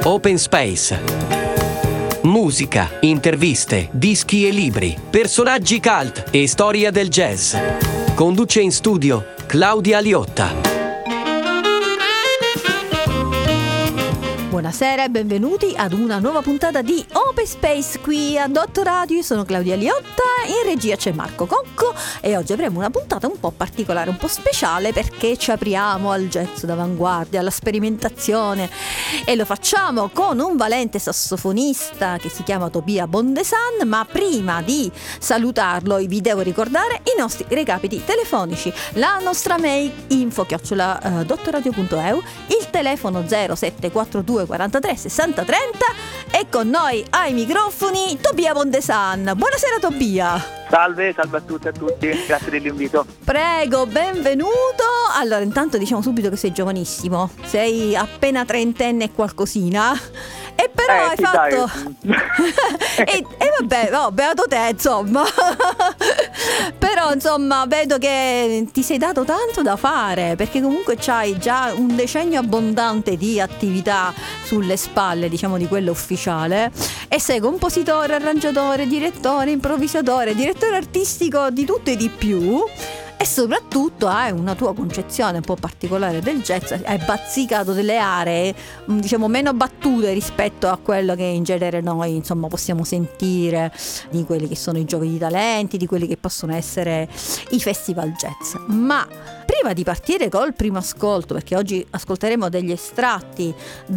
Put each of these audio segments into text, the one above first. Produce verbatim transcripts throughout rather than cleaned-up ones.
Open Space. Musica, interviste, dischi e libri, personaggi cult e storia del jazz. Conduce in studio Claudia Liotta. Buonasera e benvenuti ad una nuova puntata di Open Space qui a Dotto Radio. Io sono Claudia Liotta, in regia c'è Marco Cocco e oggi avremo una puntata un po' particolare, un po' speciale, perché ci apriamo al jazz d'avanguardia, alla sperimentazione, e lo facciamo con un valente sassofonista che si chiama Tobia Bondesan. Ma prima di salutarlo vi devo ricordare i nostri recapiti telefonici: la nostra mail info chiocciola dottoradio punto e u, il telefono zero sette quattro due quarantatré sessanta trenta, e con noi ai microfoni Tobia Bondesan. Buonasera Tobia. Salve, salve a tutti e a tutti, grazie dell'invito. Prego, benvenuto. Allora, intanto diciamo subito che sei giovanissimo, sei appena trentenne e qualcosina, e però eh, hai sì, fatto e, e vabbè, no, beato te, insomma. Però insomma vedo che ti sei dato tanto da fare, perché comunque c'hai già un decennio abbondante di attività sulle spalle, diciamo, di quella ufficiale, e sei compositore, arrangiatore, direttore, improvvisatore, direttore artistico di tutto e di più. E soprattutto hai una tua concezione un po' particolare del jazz, hai bazzicato delle aree, diciamo, meno battute rispetto a quello che in genere noi, insomma, possiamo sentire di quelli che sono i giochi di talenti, di quelli che possono essere i festival jazz. Ma prima di partire col primo ascolto, perché oggi ascolteremo degli estratti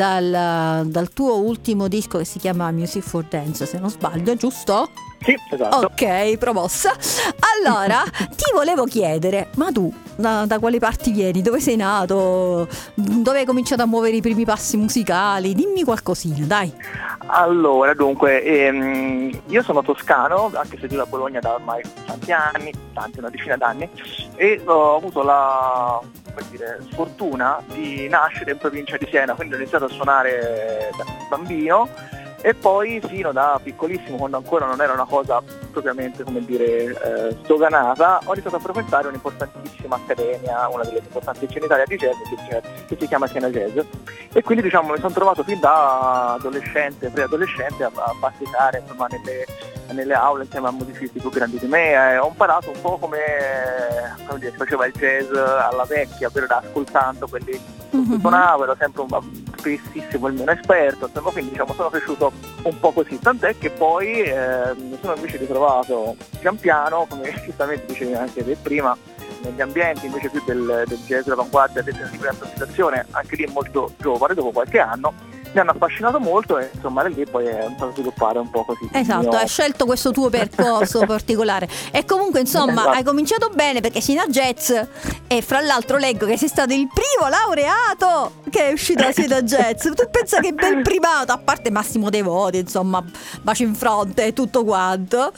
dal, dal tuo ultimo disco che si chiama Music for Dance, se non sbaglio, giusto? Sì, esatto. Ok, promossa. Allora, ti volevo chiedere, ma tu da, da quali parti vieni? Dove sei nato? Dove hai cominciato a muovere i primi passi musicali? Dimmi qualcosina, dai. Allora, dunque, ehm, io sono toscano, anche se vivo a Bologna da ormai tanti anni, tanti, una decina d'anni, e ho avuto la, come dire, fortuna di nascere in provincia di Siena, quindi ho iniziato a suonare da bambino. E poi fino da piccolissimo, quando ancora non era una cosa propriamente, come dire, eh, sdoganata, ho iniziato a frequentare un'importantissima accademia, una delle importanti in Italia di jazz, che, che si chiama Siena Jazz. E quindi, diciamo, mi sono trovato fin da adolescente, preadolescente, a, a bazzicare, insomma, nelle, nelle aule insieme a musicisti più grandi di me. Eh, ho imparato un po' come, come dire, si faceva il jazz alla vecchia, però ascoltando quelli che suonavo, ero sempre un spessissimo il mio esperto, insomma, quindi, diciamo, sono cresciuto un po' così, tant'è che poi eh, mi sono invece ritrovato pian piano, come giustamente dicevi anche te prima, negli ambienti invece più del, del jazz d'avanguardia, della improvvisazione, anche lì molto giovane, dopo qualche anno. Mi hanno affascinato molto e insomma da lì poi è iniziato a sviluppare un po' così. Esatto, hai scelto questo tuo percorso particolare. E comunque insomma esatto. Hai cominciato bene, perché Siena Jazz, e fra l'altro leggo che sei stato il primo laureato che è uscito da Siena Jazz. Tu pensa che bel primato, a parte Massimo Devoti, insomma, baci in fronte e tutto quanto.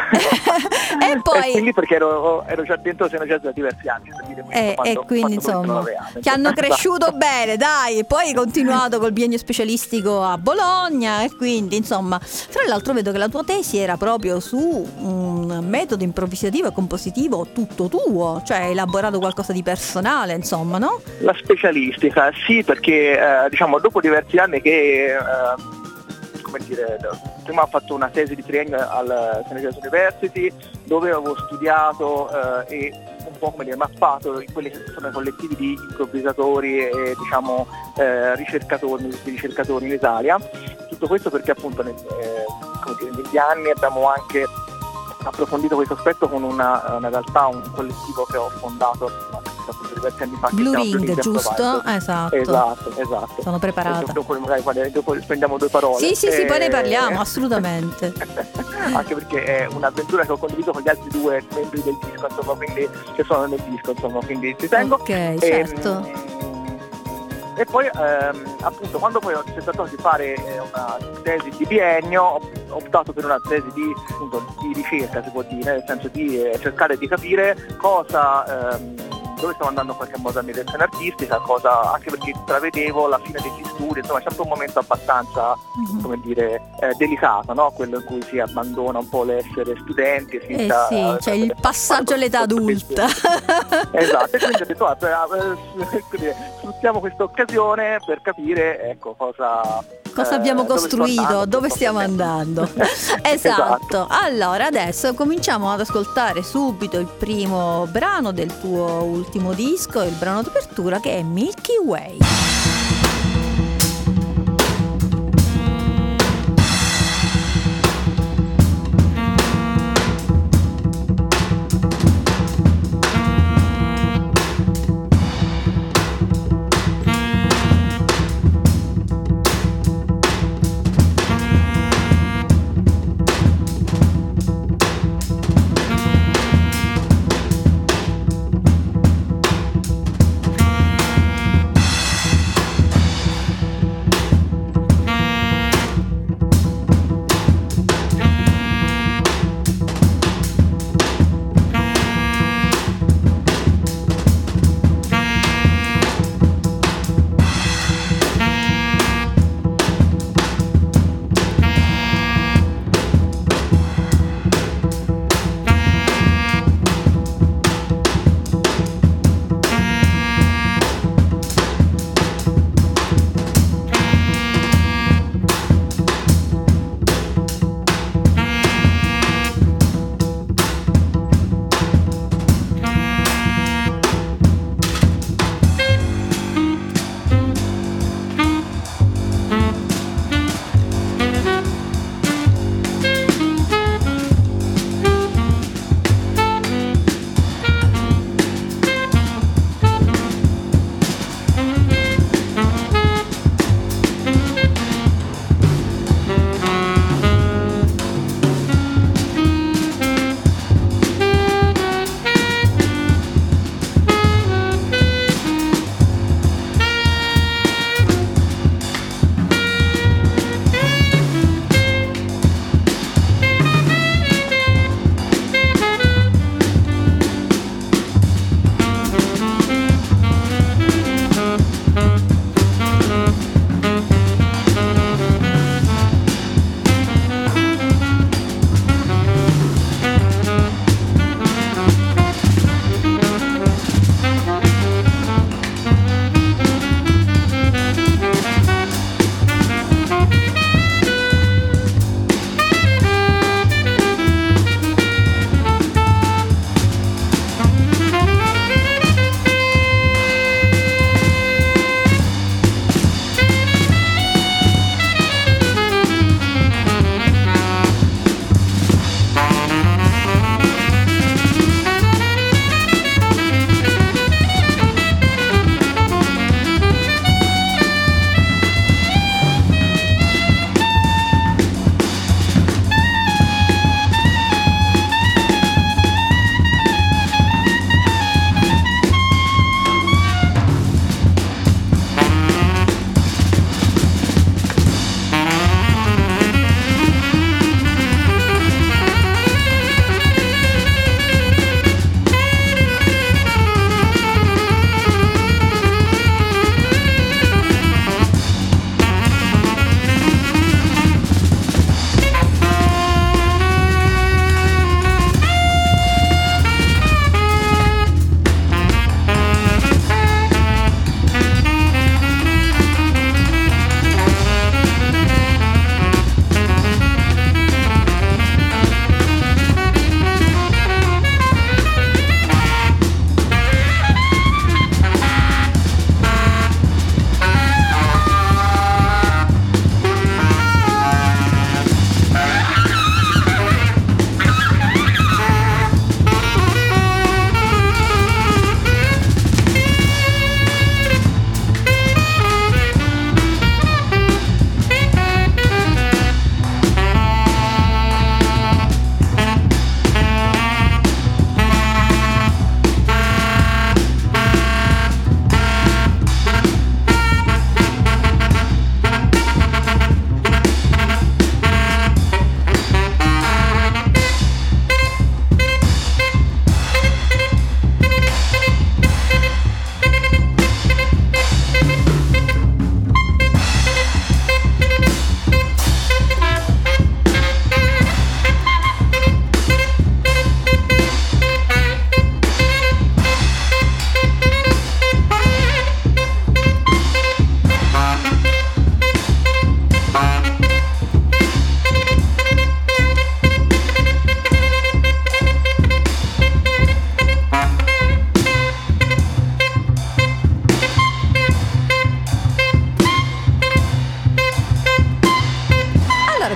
E poi e lì perché ero, ero già dentro Siena Jazz da diversi anni, per dire, quindi e, quando, e quindi insomma anni, che hanno cresciuto bene, dai. E poi hai continuato col biennio specialistico a Bologna, e quindi insomma, tra l'altro vedo che la tua tesi era proprio su un metodo improvvisativo e compositivo tutto tuo, cioè hai elaborato qualcosa di personale, insomma, no? La specialistica, sì, perché eh, diciamo dopo diversi anni che eh, come dire, prima ho fatto una tesi di triennio al Siena Jazz University, dove avevo studiato eh, e un po' come dire mappato quelli che sono i collettivi di improvvisatori e, diciamo, eh, ricercatori, ricercatori in Italia. Tutto questo perché appunto nel, eh, come dire, negli anni abbiamo anche approfondito questo aspetto con una, una realtà, un collettivo che ho fondato appunto diversi anni fa. Blue Ring, giusto? Esatto. Esatto, esatto. Sono preparata. Dopo, magari, dopo spendiamo due parole. Sì, sì, e... sì, poi ne parliamo, assolutamente. Anche perché è un'avventura che ho condiviso con gli altri due membri del disco, insomma, quindi che sono nel disco, insomma, quindi ci tengo. Ok, e, certo. E poi ehm, appunto quando poi ho tentato di fare una tesi di biennio, ho optato per una tesi di, appunto, di ricerca, si può dire, nel senso di eh, cercare di capire cosa ehm, dove stavo andando in qualche modo a mediazione artistica, cosa anche perché travedevo la fine degli studi, insomma è sempre un momento abbastanza, Mhm. come dire, eh, delicato, no? Quello in cui si abbandona un po' l'essere studenti e si Eh inizia sì, a- c'è il passaggio all'età adulta. Esatto, e quindi ho detto, ah, beh, eh, quindi sfruttiamo questa occasione per capire, ecco, cosa... Cosa eh, abbiamo dove sto costruito, andando, dove sto stiamo facendo. andando. Esatto. Allora, adesso cominciamo ad ascoltare subito il primo brano del tuo ultimo disco, il brano d'apertura, che è Milky Way.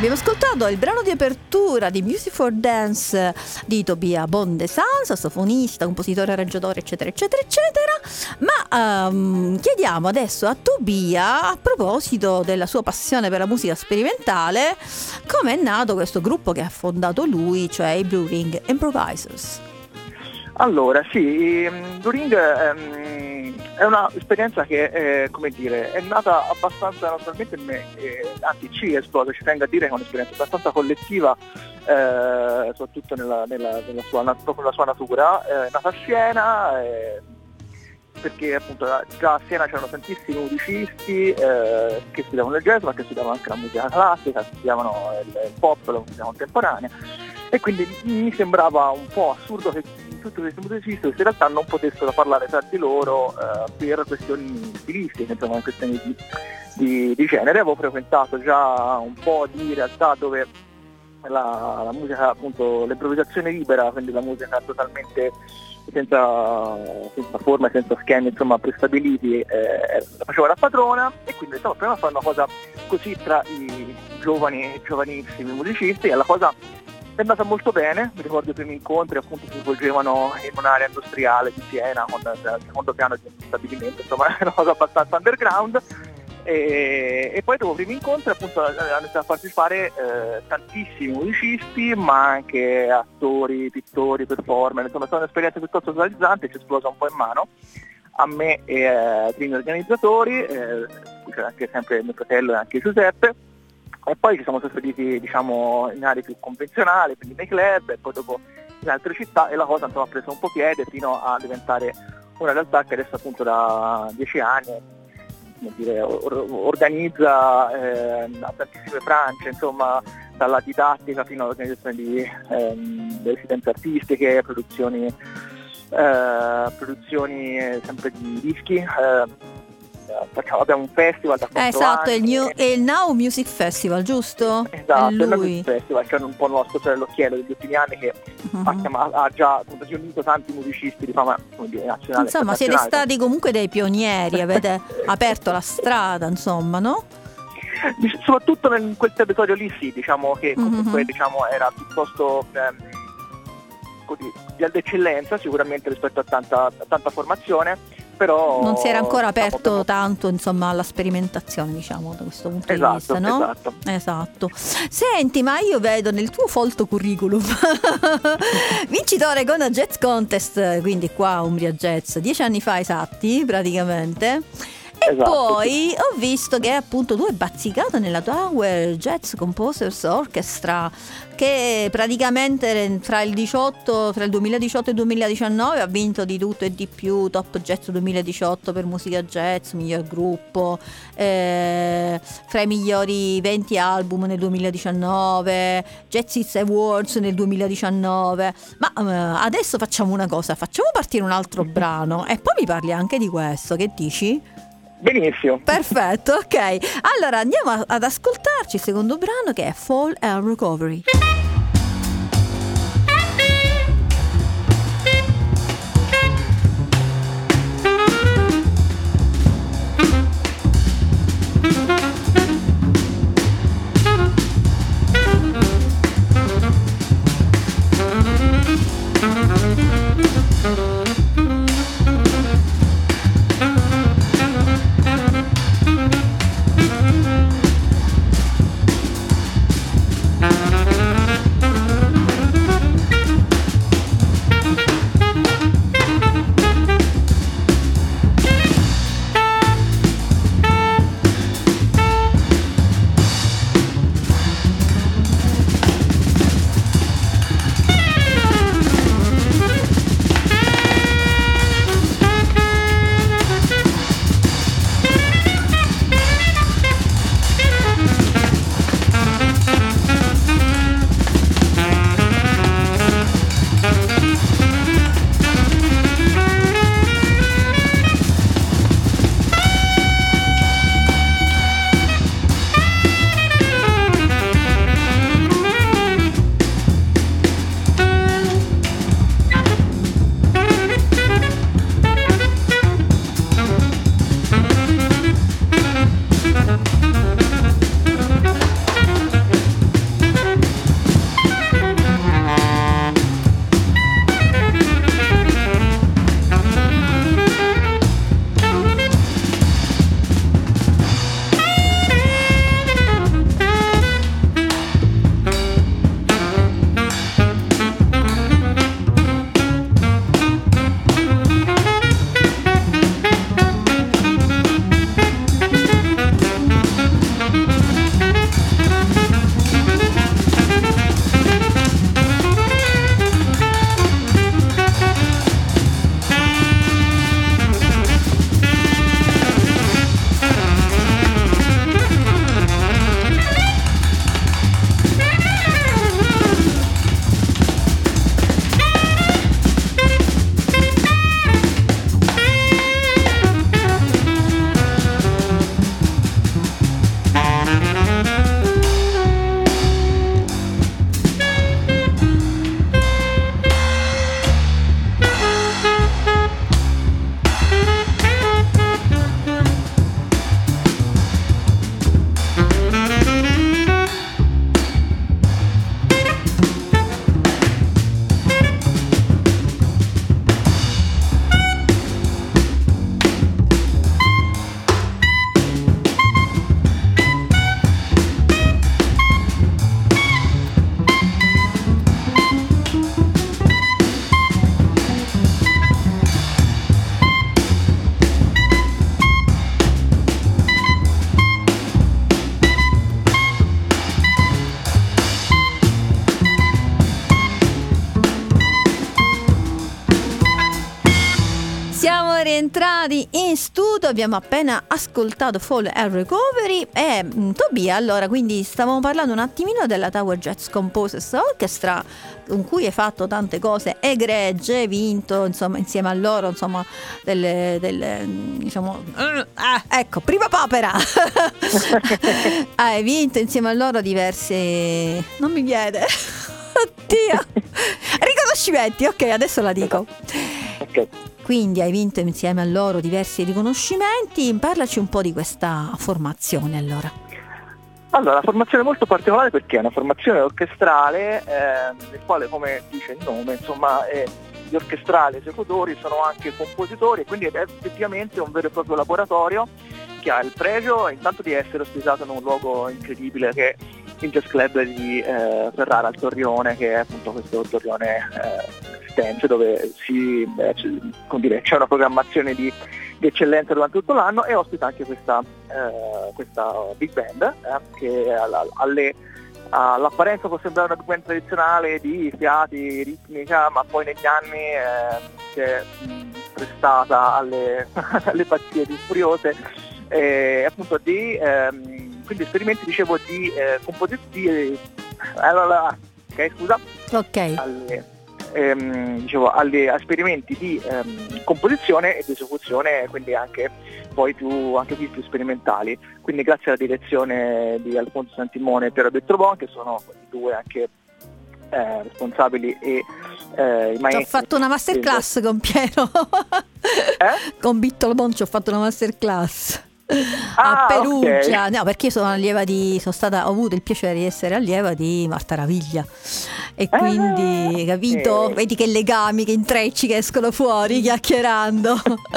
abbiamo ascoltato il brano di apertura di Music for Dance di Tobia Bondesans, sassofonista, compositore, arrangiatore, eccetera, eccetera, eccetera. Ma um, chiediamo adesso a Tobia, a proposito della sua passione per la musica sperimentale, come è nato questo gruppo che ha fondato lui, cioè i Blue Ring Improvisers. Allora, sì, Blue Ring ehm, è un'esperienza che, eh, come dire, è nata abbastanza naturalmente in me, eh, anzi ci è esplosa, ci tengo a dire che è un'esperienza abbastanza collettiva, eh, soprattutto nella, nella, nella, sua, proprio nella sua natura. È nata a Siena, eh, perché appunto già a Siena c'erano tantissimi musicisti eh, che studiavano il jazz, ma che studiavano anche la musica classica, studiavano il, il pop, la musica contemporanea, e quindi mi sembrava un po' assurdo che tutti questi musicisti questi in realtà non potessero parlare tra di loro eh, per questioni stilistiche, insomma questioni di, di, di genere. Avevo frequentato già un po' di realtà dove la, la musica, appunto l'improvvisazione libera, quindi la musica totalmente senza, senza forma, senza schemi insomma prestabiliti, eh, la faceva da padrona, e quindi stavo prima a fare una cosa così tra i giovani, giovanissimi musicisti, e la cosa è andata molto bene. Mi ricordo i primi incontri appunto si svolgevano in un'area industriale di Siena con il secondo piano di un stabilimento, insomma è una cosa abbastanza underground, e, e poi dopo i primi incontri appunto hanno iniziato a partecipare eh, tantissimi musicisti, ma anche attori, pittori, performer, insomma è stata un'esperienza piuttosto totalizzante, ci è esplosa un po' in mano a me e ai primi organizzatori, eh, c'era anche sempre mio fratello e anche Giuseppe. E poi ci siamo trasferiti, diciamo, in aree più convenzionali, quindi nei club, e poi dopo in altre città, e la cosa insomma ha preso un po' piede fino a diventare una realtà che adesso appunto da dieci anni, come dire, or- organizza eh, tantissime branche, insomma, dalla didattica fino all'organizzazione di ehm, residenze artistiche, produzioni, eh, produzioni eh, sempre di dischi. Eh, Facciamo, abbiamo un festival da quattro esatto, anni. È il, New, è il Now Music Festival, giusto? Esatto, è il Now lui. Music Festival, c'è un po' il nostro sorellocchiello degli ultimi anni che uh-huh. ha, chiamato, ha già appunto, riunito tanti musicisti di fama, come dire, nazionale. Insomma, siete stati comunque dei pionieri, avete aperto la strada, insomma, no? Soprattutto in quel territorio lì sì, diciamo che comunque uh-huh. diciamo, era piuttosto ehm, così, di eccellenza sicuramente rispetto a tanta, a tanta formazione. Però non si era ancora aperto diciamo, tanto insomma alla sperimentazione, diciamo, da questo punto esatto, di vista, no? Esatto. Esatto. Senti, ma io vedo nel tuo folto curriculum vincitore con la Jazz Contest, quindi qua Umbria Jazz, dieci anni fa esatti praticamente. E esatto, poi sì. ho visto che appunto tu hai bazzicato nella Tower Jazz Composers Orchestra, che praticamente tra il diciotto, tra il duemiladiciotto e il duemiladiciannove ha vinto di tutto e di più, Top Jazz duemiladiciotto per musica jazz, miglior gruppo, eh, fra i migliori venti album nel duemiladiciannove, Jazz Hits Awards nel duemiladiciannove. Ma eh, adesso facciamo una cosa, facciamo partire un altro brano e poi mi parli anche di questo, che dici? Benissimo. Perfetto, ok. Allora andiamo ad ascoltarci il secondo brano, che è Fall and Recovery. Thank you. rientrati in studio, abbiamo appena ascoltato Fall and Recovery e mh, Tobia, allora quindi stavamo parlando un attimino della Tower Jazz Composers Orchestra con cui hai fatto tante cose egregie, hai vinto insomma insieme a loro insomma delle, delle diciamo ah, ecco prima papera hai vinto insieme a loro diverse, non mi viene oddio riconoscimenti, ok adesso la dico, Ok. quindi hai vinto insieme a loro diversi riconoscimenti. Parlaci un po' di questa formazione allora. Allora, la formazione è molto particolare perché è una formazione orchestrale, eh, nel quale, come dice il nome, insomma, eh, gli orchestrali esecutori sono anche compositori, e quindi è effettivamente un vero e proprio laboratorio che ha il pregio intanto di essere ospitato in un luogo incredibile che è il Jazz Club di eh, Ferrara al Torrione, che è appunto questo Torrione eh, Stenze, dove si, eh, c- come dire, c'è una programmazione di, di eccellenza durante tutto l'anno, e ospita anche questa, eh, questa big band eh, che alla, alle, all'apparenza può sembrare una big band tradizionale di fiati, ritmica, ma poi negli anni eh, si è mh, prestata alle, alle pazzie più furiose, eh, appunto di ehm, quindi esperimenti, dicevo, di eh, composizioni, allora, ok scusa, Ok. alle, ehm, dicevo, agli esperimenti di ehm, composizione e di esecuzione, quindi anche poi più, anche qui più sperimentali, quindi grazie alla direzione di Alfonso Santimone e Piero Bettrovon, che sono i due anche eh, responsabili e eh, i Ci maestri. ho fatto una masterclass con Piero Eh? con Bittolo Bon ci ho fatto una masterclass Ah, a Perugia, ok. no perché io sono allieva di sono stata ho avuto il piacere di essere allieva di Marta Raviglia e quindi Ah, capito, ok. vedi che legami, che intrecci che escono fuori chiacchierando.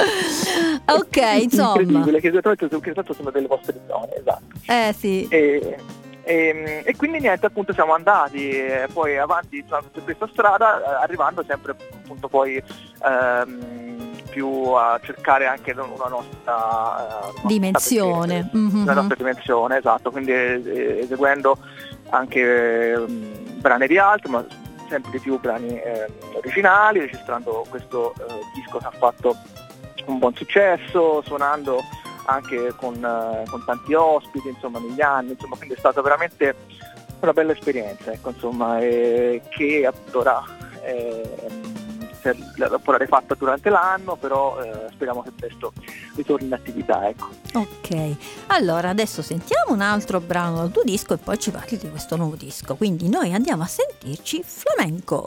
Ok, insomma, Incredibile, che tra l'altro sono delle vostre zone, esatto. eh sì, E, e, e quindi niente, appunto siamo andati eh, poi avanti su questa strada, eh, arrivando sempre appunto poi ehm, più a cercare anche una nostra uh, dimensione. perché, Mhm. la nostra dimensione, esatto, quindi eh, eseguendo anche um, brani di altri, ma sempre di più brani eh, originali, registrando questo eh, disco che ha fatto un buon successo, suonando anche con, uh, con tanti ospiti insomma negli anni, insomma, quindi è stata veramente una bella esperienza, ecco, insomma, eh, che appunto ora eh, la rifatta durante l'anno, però eh, speriamo che presto ritorni in attività, ecco. Ok, allora adesso sentiamo un altro brano dal tuo disco e poi ci parli di questo nuovo disco, quindi noi andiamo a sentirci Flamenco.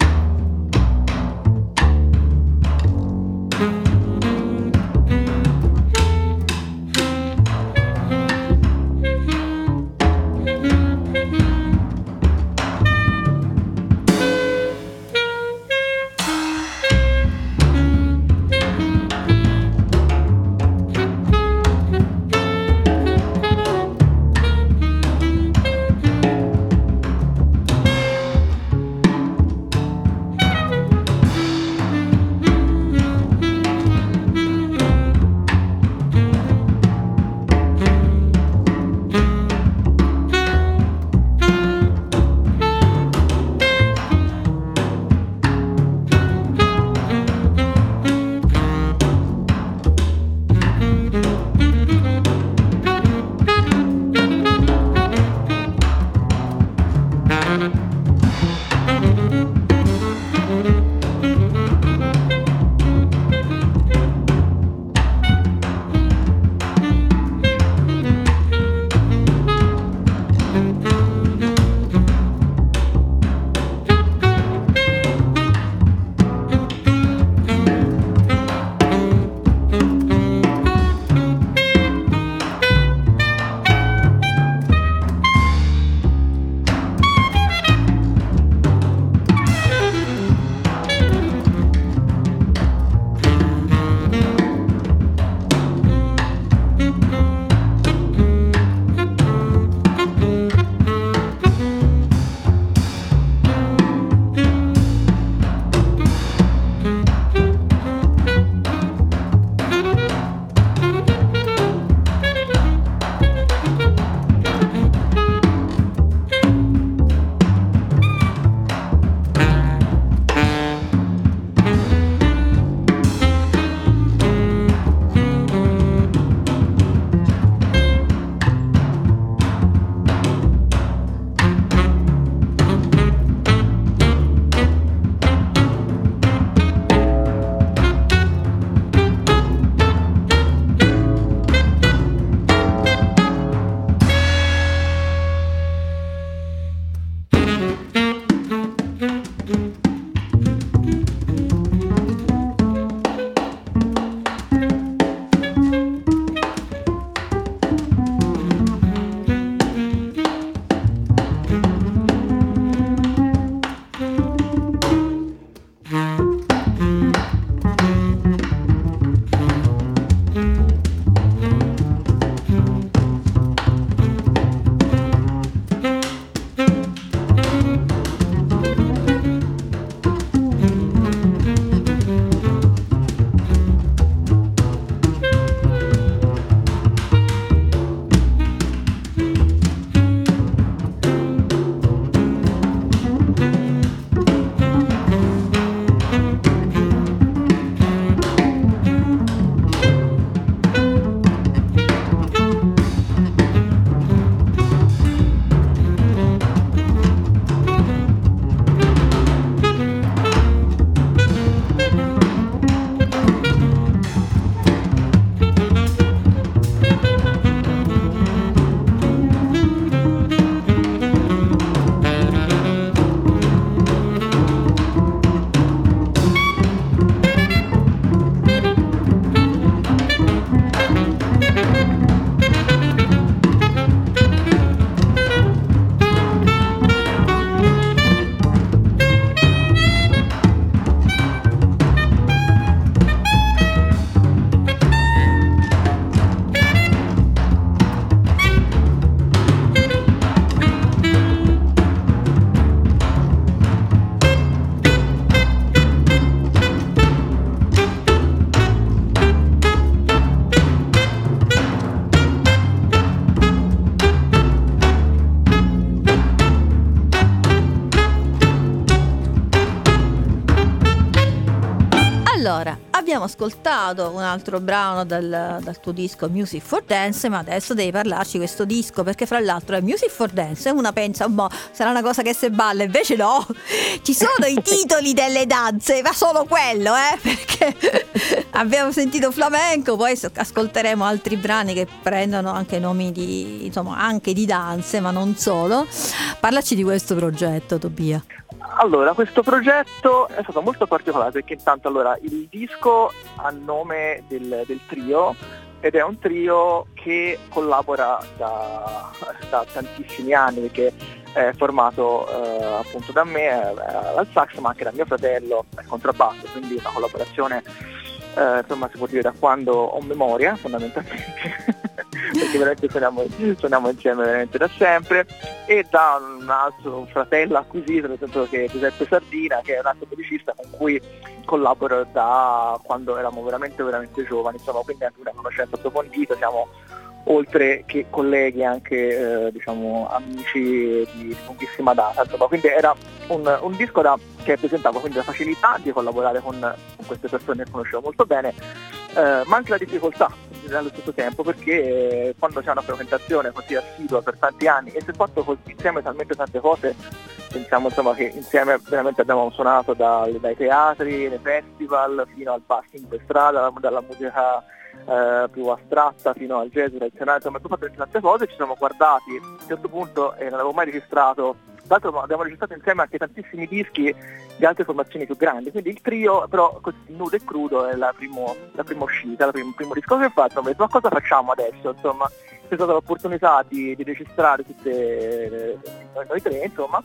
Abbiamo ascoltato un altro brano dal, dal tuo disco Music for Dance, ma adesso devi parlarci di questo disco, perché fra l'altro è Music for Dance e una pensa, boh, sarà una cosa che se balla, invece no, ci sono i titoli delle danze, ma solo quello, eh, perché abbiamo sentito flamenco, poi ascolteremo altri brani che prendono anche nomi di, insomma, anche di danze, ma non solo. Parlaci di questo progetto, Tobia. Allora, questo progetto è stato molto particolare perché intanto allora il disco ha nome del, del trio, ed è un trio che collabora da, da tantissimi anni, perché è formato eh, appunto da me eh, al sax, ma anche da mio fratello al contrabbasso, quindi una collaborazione eh, insomma si può dire da quando ho memoria fondamentalmente perché veramente suoniamo, suoniamo insieme veramente da sempre, e da un altro fratello acquisito, nel senso che Giuseppe Sardina, che è un altro musicista con cui collaboro da quando eravamo veramente veramente giovani, insomma, quindi anche una conoscenza approfondita, siamo oltre che colleghi anche eh, diciamo amici di, di lunghissima data, insomma, quindi era un, un disco da, che presentava quindi la facilità di collaborare con, con queste persone che conoscevo molto bene, eh, ma anche la difficoltà allo stesso tempo, perché eh, quando c'è una frequentazione così assidua per tanti anni e si è fatto così insieme talmente tante cose, pensiamo insomma che insieme veramente abbiamo suonato da, dai teatri, nei festival, fino al basking per strada, dalla musica eh, più astratta fino al jazz tradizionale, insomma abbiamo fatto tante cose, ci siamo guardati a un certo punto e non avevo mai registrato, tra l'altro abbiamo registrato insieme anche tantissimi dischi di altre formazioni più grandi, quindi il trio però così nudo e crudo è la, primo, la prima uscita, il primo, primo disco che ho fatto, ho detto ma cosa facciamo adesso, insomma c'è stata l'opportunità di, di registrare tutte noi, noi tre, insomma,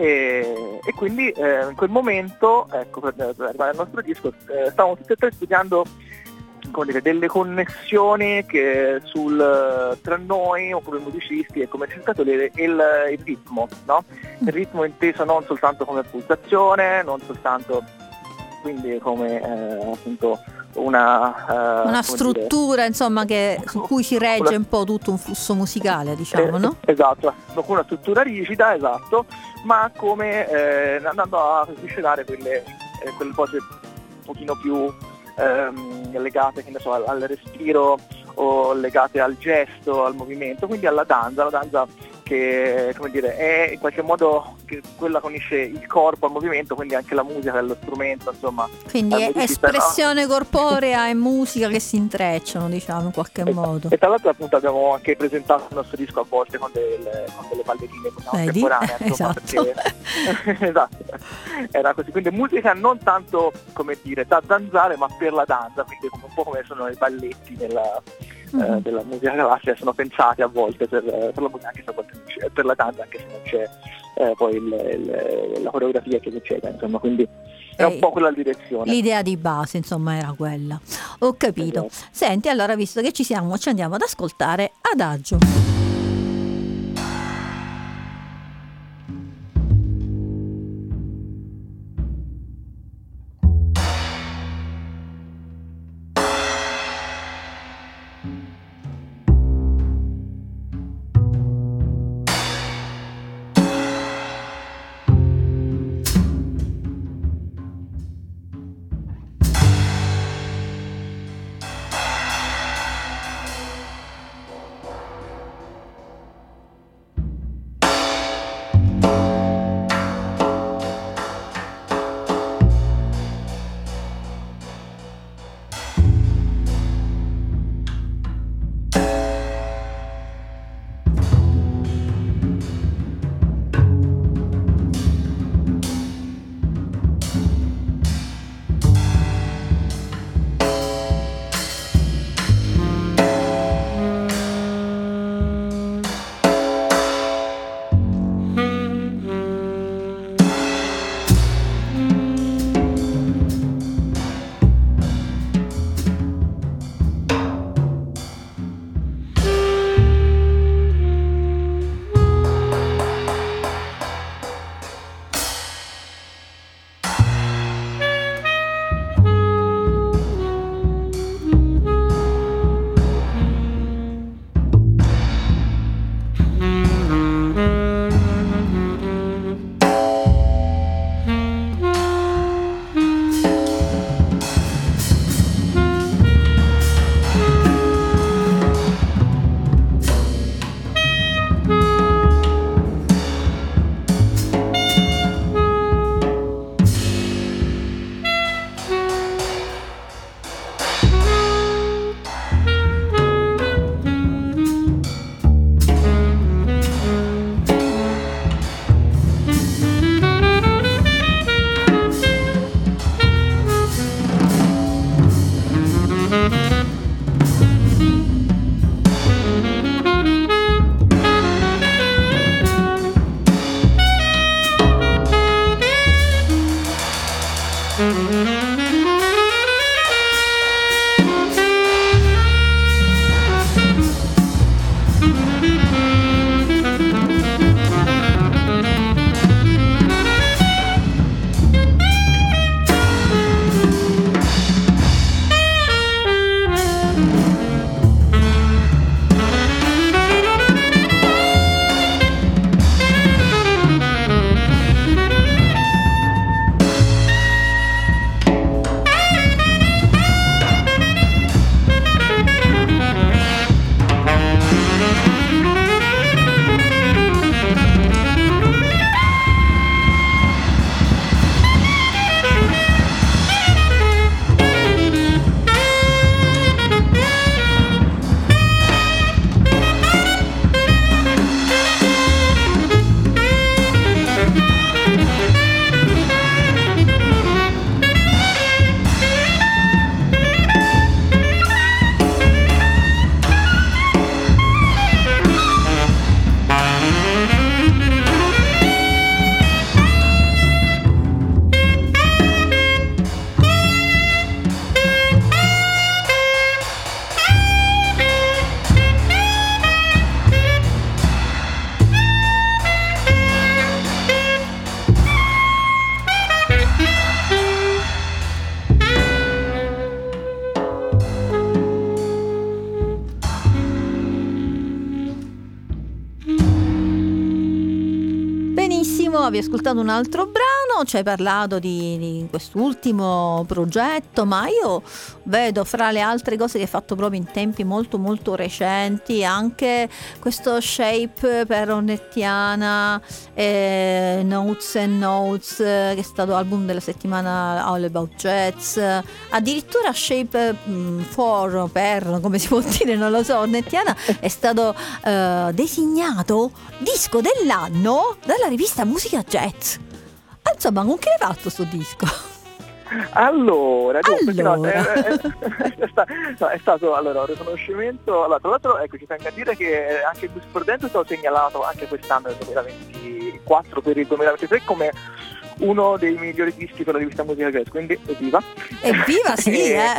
e, e quindi eh, in quel momento, ecco, per, per arrivare al nostro disco, eh, stavamo tutti e tre studiando, come dire, delle connessioni che sul, tra noi oppure i musicisti e come ricercatori il, il ritmo, no? Il ritmo inteso non soltanto come pulsazione, non soltanto quindi come eh, appunto una, uh, una struttura dire, insomma che, su cui si regge un po' tutto un flusso musicale, diciamo, eh, no? Esatto, non con una struttura rigida, esatto, ma come eh, andando a sviscerare quelle, eh, quelle cose un pochino più ehm, legate, che ne so, al, al respiro o legate al gesto, al movimento, quindi alla danza, la danza che, come dire, è in qualche modo che quella che unisce il corpo al movimento, quindi anche la musica e lo strumento, insomma. Quindi è espressione no? corporea e musica che si intrecciano, diciamo, in qualche e, modo. E tra l'altro appunto abbiamo anche presentato il nostro disco a volte con delle, con delle ballerine contemporanee, insomma, esatto. Perché esatto, era così, quindi musica non tanto, come dire, da danzare, ma per la danza, quindi un po' come sono i balletti nella Mm-hmm. Eh, della musica classica, sono pensati a volte per, per la musica, anche se a volte non c'è, per la danza, anche se non c'è eh, poi il, il, la coreografia che succede, insomma, quindi è un po' quella direzione. L'idea di base, insomma, era quella. Ho capito. Esatto. Senti, allora, visto che ci siamo, ci andiamo ad ascoltare Adagio. benissimo, avevi ascoltato un altro brano, ci hai parlato di, di quest'ultimo progetto, ma io vedo fra le altre cose che hai fatto proprio in tempi molto molto recenti anche questo Shape per Onnettiana, eh, Notes and Notes, eh, che è stato album della settimana All About Jazz, addirittura Shape quattro per, come si può dire, non lo so, Onnettiana è stato eh, designato disco dell'anno dalla rivista Musica Jazz. Insomma, con chi l'hai fatto sto disco? Allora, dunque, allora. No, è, è, è, sta, no, è stato allora un riconoscimento. Allora, tra l'altro, ecco, ci tengo a dire che anche il Disco Prudente è stato segnalato anche quest'anno, nel duemilaventiquattro, per il duemilaventitré, come uno dei migliori dischi per la rivista Musica Jazz, quindi evviva! Evviva, sì, eh!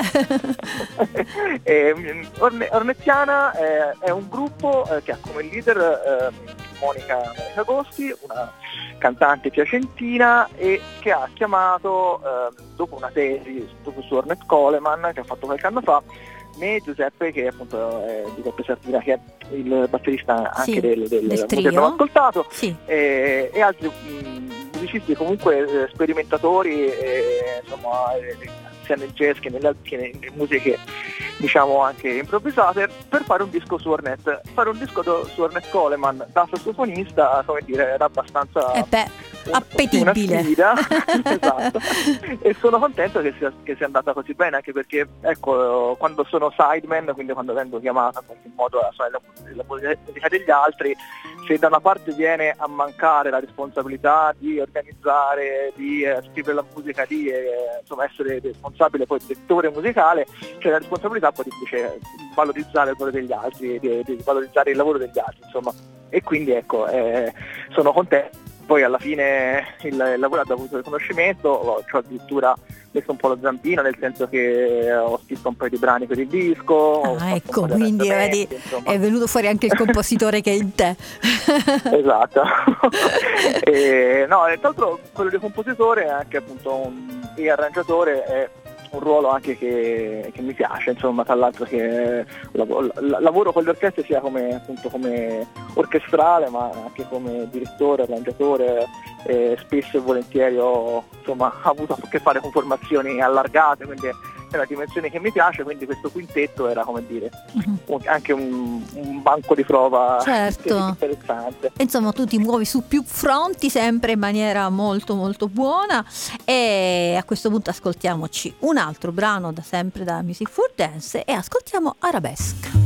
e, Orne, Ornettiana è, è un gruppo eh, che ha come leader eh, Monica, Monica Agosti, una cantante piacentina, e che ha chiamato, eh, dopo una tesi dopo su Ornette Coleman che ha fatto qualche anno fa, me e Giuseppe, che appunto è Giuseppe Sardina, che è il batterista anche sì, del, del, del trio che abbiamo ascoltato, sì. e, e altri mh, musicisti comunque eh, sperimentatori, e, insomma, eh, sia nel jazz che nelle, che nelle musiche diciamo anche improvvisate, per fare un disco su Ornette. Fare un disco do, su Ornette Coleman da sassofonista, come dire, era abbastanza eh beh, appetibile. Una sfida. Esatto. E sono contento che sia, che sia andata così bene, anche perché ecco, quando sono sideman, quindi quando vengo chiamata in qualche modo a suonare la, la musica degli altri, se da una parte viene a mancare la responsabilità di organizzare, di eh, scrivere la musica, di eh, insomma essere responsabile poi del settore musicale, c'è la responsabilità poi di invece valorizzare il lavoro degli altri, di, di valorizzare il lavoro degli altri, insomma. E quindi ecco, eh, sono contento. Poi alla fine il, il lavoro ha avuto riconoscimento, ho addirittura messo un po' lo zampino, nel senso che ho scritto un paio di brani per il disco. Ah, ecco, quindi vedi, è venuto fuori anche il compositore che è in te. Esatto. E, no, tra l'altro quello di compositore è anche appunto un, e arrangiatore è un ruolo anche che, che mi piace, insomma, tra l'altro che lavoro, lavoro con le orchestre sia come appunto come orchestrale, ma anche come direttore, arrangiatore, e spesso e volentieri ho insomma avuto a che fare con formazioni allargate, quindi è una dimensione che mi piace, quindi questo quintetto era, come dire, uh-huh. anche un, un banco di prova, certo, interessante. Insomma, tu ti muovi su più fronti sempre in maniera molto molto buona, e a questo punto ascoltiamoci un altro brano da sempre da Music for Dance e ascoltiamo Arabesque.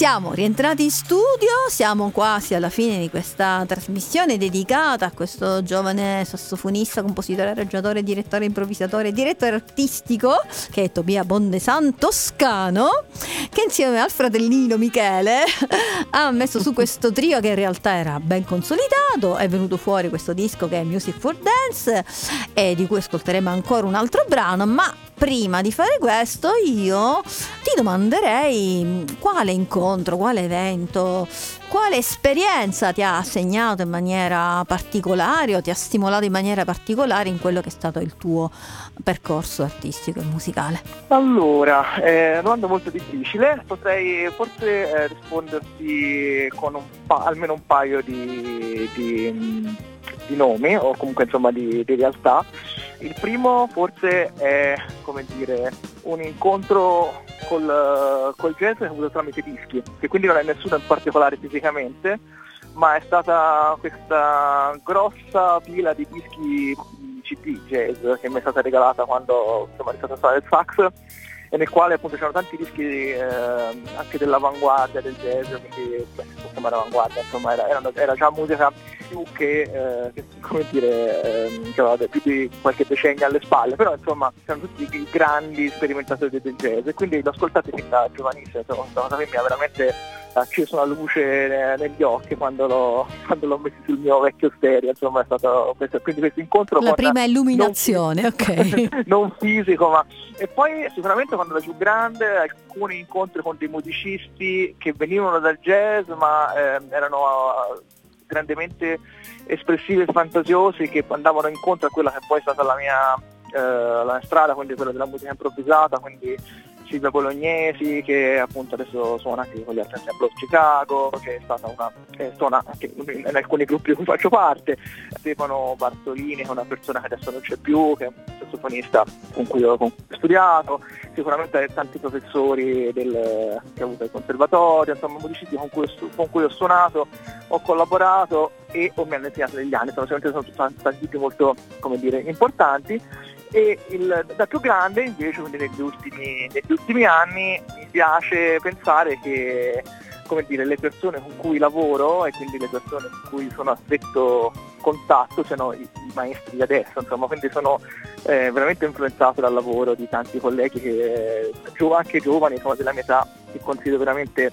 Siamo rientrati in studio, siamo quasi alla fine di questa trasmissione dedicata a questo giovane sassofonista, compositore, arrangiatore, direttore, improvvisatore, direttore artistico, che è Tobia Bondesan, toscano, che insieme al fratellino Michele ha messo su questo trio che in realtà era ben consolidato. È venuto fuori questo disco che è Music for Dance, e di cui ascolteremo ancora un altro brano, ma prima di fare questo io ti domanderei quale incontro, quale evento, quale esperienza ti ha segnato in maniera particolare o ti ha stimolato in maniera particolare in quello che è stato il tuo percorso artistico e musicale. Allora, è una domanda molto difficile, potrei forse eh, risponderti con un pa- almeno un paio di, di, di nomi o comunque insomma di, di realtà. Il primo forse è, come dire, un incontro col, col jazz che ho avuto tramite dischi, che quindi non è nessuno in particolare fisicamente, ma è stata questa grossa pila di dischi C D jazz che mi è stata regalata quando insomma, è stata stare il sax, e nel quale appunto c'erano tanti dischi eh, anche dell'avanguardia del jazz, quindi beh, insomma avanguardia, insomma era, era, era già musica più che, eh, che come dire eh, che aveva più di qualche decennio alle spalle, però insomma erano tutti i grandi sperimentatori del jazz, e quindi l'ho ascoltato fin da giovanissimo, insomma questa cosa mi ha veramente acceso una luce negli occhi quando l'ho, quando l'ho messo sul mio vecchio stereo, insomma è stato questo, quindi questo incontro la prima illuminazione, non, ok non fisico, ma e poi sicuramente quando ero più grande alcuni incontri con dei musicisti che venivano dal jazz ma eh, erano uh, grandemente espressivi e fantasiosi, che andavano incontro a quella che poi è stata la mia, eh, la mia strada, quindi quella della musica improvvisata, quindi Silvia Bolognesi, che appunto adesso suona anche con gli altri Blues Chicago, che è stata una che suona anche in, in alcuni gruppi di cui faccio parte, Stefano Bartolini, che è una persona che adesso non c'è più, che è un sassofonista con cui ho, con cui ho studiato, sicuramente tanti professori del, che ho avuto al conservatorio, insomma musicisti con cui, ho, con cui ho suonato, ho collaborato e o mi hanno insegnato negli anni, sono sicuramente sono stati molto, come dire, importanti. E il, da più grande invece, quindi negli ultimi, negli ultimi anni, mi piace pensare che, come dire, le persone con cui lavoro e quindi le persone con cui sono a stretto contatto siano i, i maestri di adesso, insomma, quindi sono eh, veramente influenzato dal lavoro di tanti colleghi che eh, anche giovani, insomma, della mia età, che considero veramente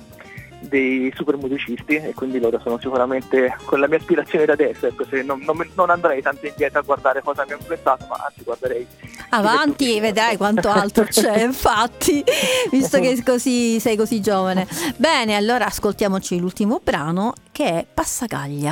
dei super musicisti, e quindi loro sono sicuramente con la mia aspirazione da adesso, ecco, se non, non, non andrei tanto indietro a guardare cosa mi ha influenzato, ma anzi guarderei avanti e vedrai quanto altro c'è, infatti, visto che così, sei così giovane. Bene, allora ascoltiamoci l'ultimo brano, che è Passacaglia.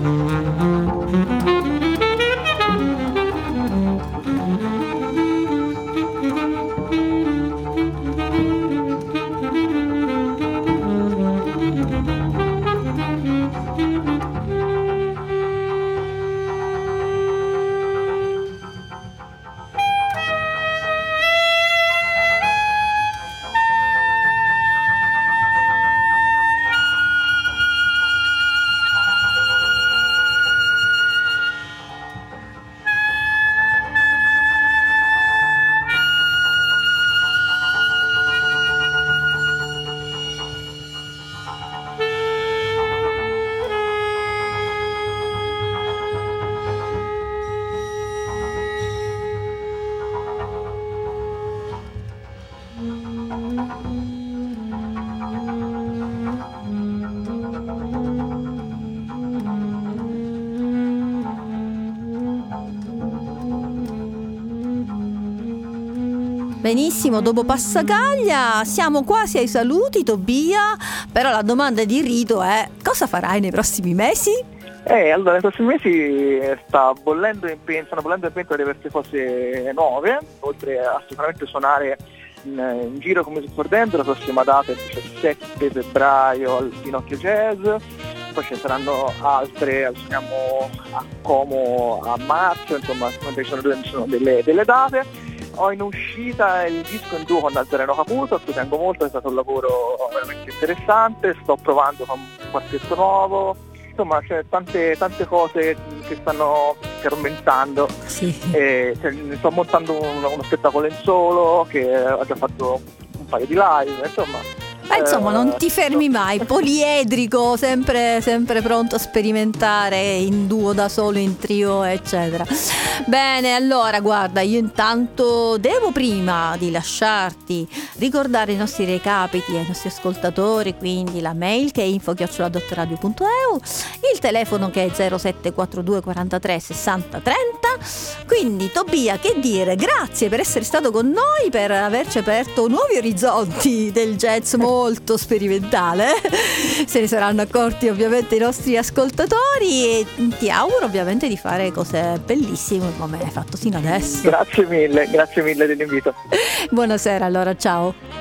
Benissimo, dopo Passacaglia siamo quasi ai saluti, Tobia, però la domanda di rito è: cosa farai nei prossimi mesi? Eh, allora, nei prossimi mesi sta bollendo in pentola, stanno bollendo in pentola diverse cose nuove, oltre a sicuramente suonare in, in giro come Supportendo. La prossima data è il diciassette febbraio al Pinocchio Jazz, poi ce ne saranno altre, suoniamo a Como a marzo, insomma ci sono, due, ci sono delle, delle date. Ho in uscita il disco in duo con Nazareno Caputo, a cui tengo molto, è stato un lavoro veramente interessante, sto provando con un quartetto nuovo, insomma c'è tante, tante cose che stanno fermentando. Sì. E, cioè, sto montando un, uno spettacolo in solo che ho già fatto un paio di live, insomma. Ma insomma non ti fermi mai, poliedrico, sempre, sempre pronto a sperimentare in duo, da solo, in trio, eccetera. Bene, allora guarda, io intanto devo, prima di lasciarti, ricordare i nostri recapiti ai nostri ascoltatori, quindi la mail che è info chiocciola dottoradio punto e u, il telefono che è zero sette quattro due quarantatré sessanta trenta. Quindi Tobia, che dire, grazie per essere stato con noi, per averci aperto nuovi orizzonti del jazz molto sperimentale. Se ne saranno accorti ovviamente i nostri ascoltatori, e ti auguro ovviamente di fare cose bellissime come hai fatto sino adesso. Grazie mille, grazie mille dell'invito. Buonasera, allora, ciao.